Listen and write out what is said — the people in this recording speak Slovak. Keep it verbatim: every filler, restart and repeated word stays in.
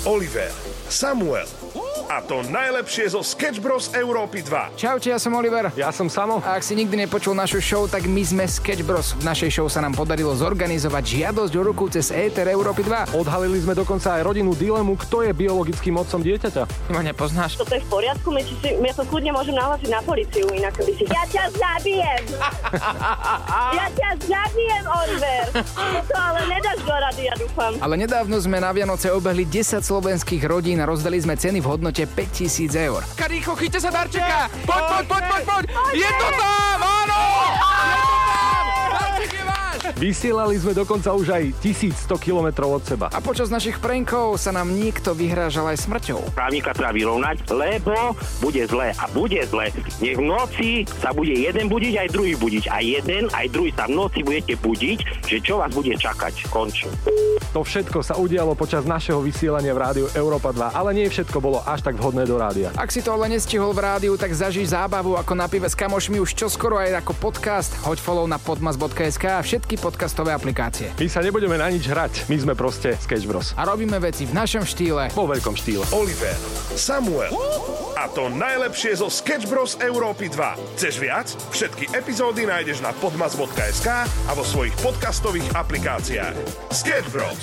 Oliver, Samuel a to najlepšie zo Sketch Bros Európy dva. Čaute, ja som Oliver. Ja som Samo. A ak si nikdy nepočul našu show, tak my sme Sketch Bros. V našej show sa nám podarilo zorganizovať žiadosť o ruku cez éter Európy dva. Odhalili sme dokonca aj rodinnú dilemu, kto je biologickým otcom dieťaťa. Ty ma nepoznáš? Toto je v poriadku, my, si, ja to kľudne môžem nahlásiť na políciu, inak by si... Ja ťa zabijem! Ja ťa zabijem, Oliver! To ale nedáš do rady, ja dúfam. Ale nedávno sme na Vianoce obehli desať slovenských rodín a rozdali sme ceny v hodnote päťtisíc eur. Rýchlo, chyťte sa darčeka! Poď, poď, poď, poď, poď! Je to tam! Áno! Je to tam! Darček je váš! Vysielali sme dokonca už aj tisícsto kilometrov od seba. A počas našich prankov sa nám niekto vyhrážal aj smrťou. Právnika treba vyrovnať, lebo bude zle a bude zle. Nech v noci sa bude jeden budiť, aj druhý budiť. A jeden, aj druhý sa v noci budete budiť, že čo vás bude čakať. Končím. To všetko sa udialo počas našeho vysielania v rádiu Európa dva, ale nie všetko bolo až tak vhodné do rádia. Ak si to ale nestihol v rádiu, tak zažij zábavu ako na pive s kamošmi už čoskoro aj ako podcast. Hoď follow na podmas bodka es ká a všetky podcastové aplikácie. My sa nebudeme na nič hrať, my sme proste Sketch Bros. A robíme veci v našom štýle. Vo veľkom štýle. Oliver, Samuel a to najlepšie zo Sketch Bros Európy dva. Chceš viac? Všetky epizódy nájdeš na podmas bodka es ká a vo svojich podcastových aplikáciách. Sketch Bros.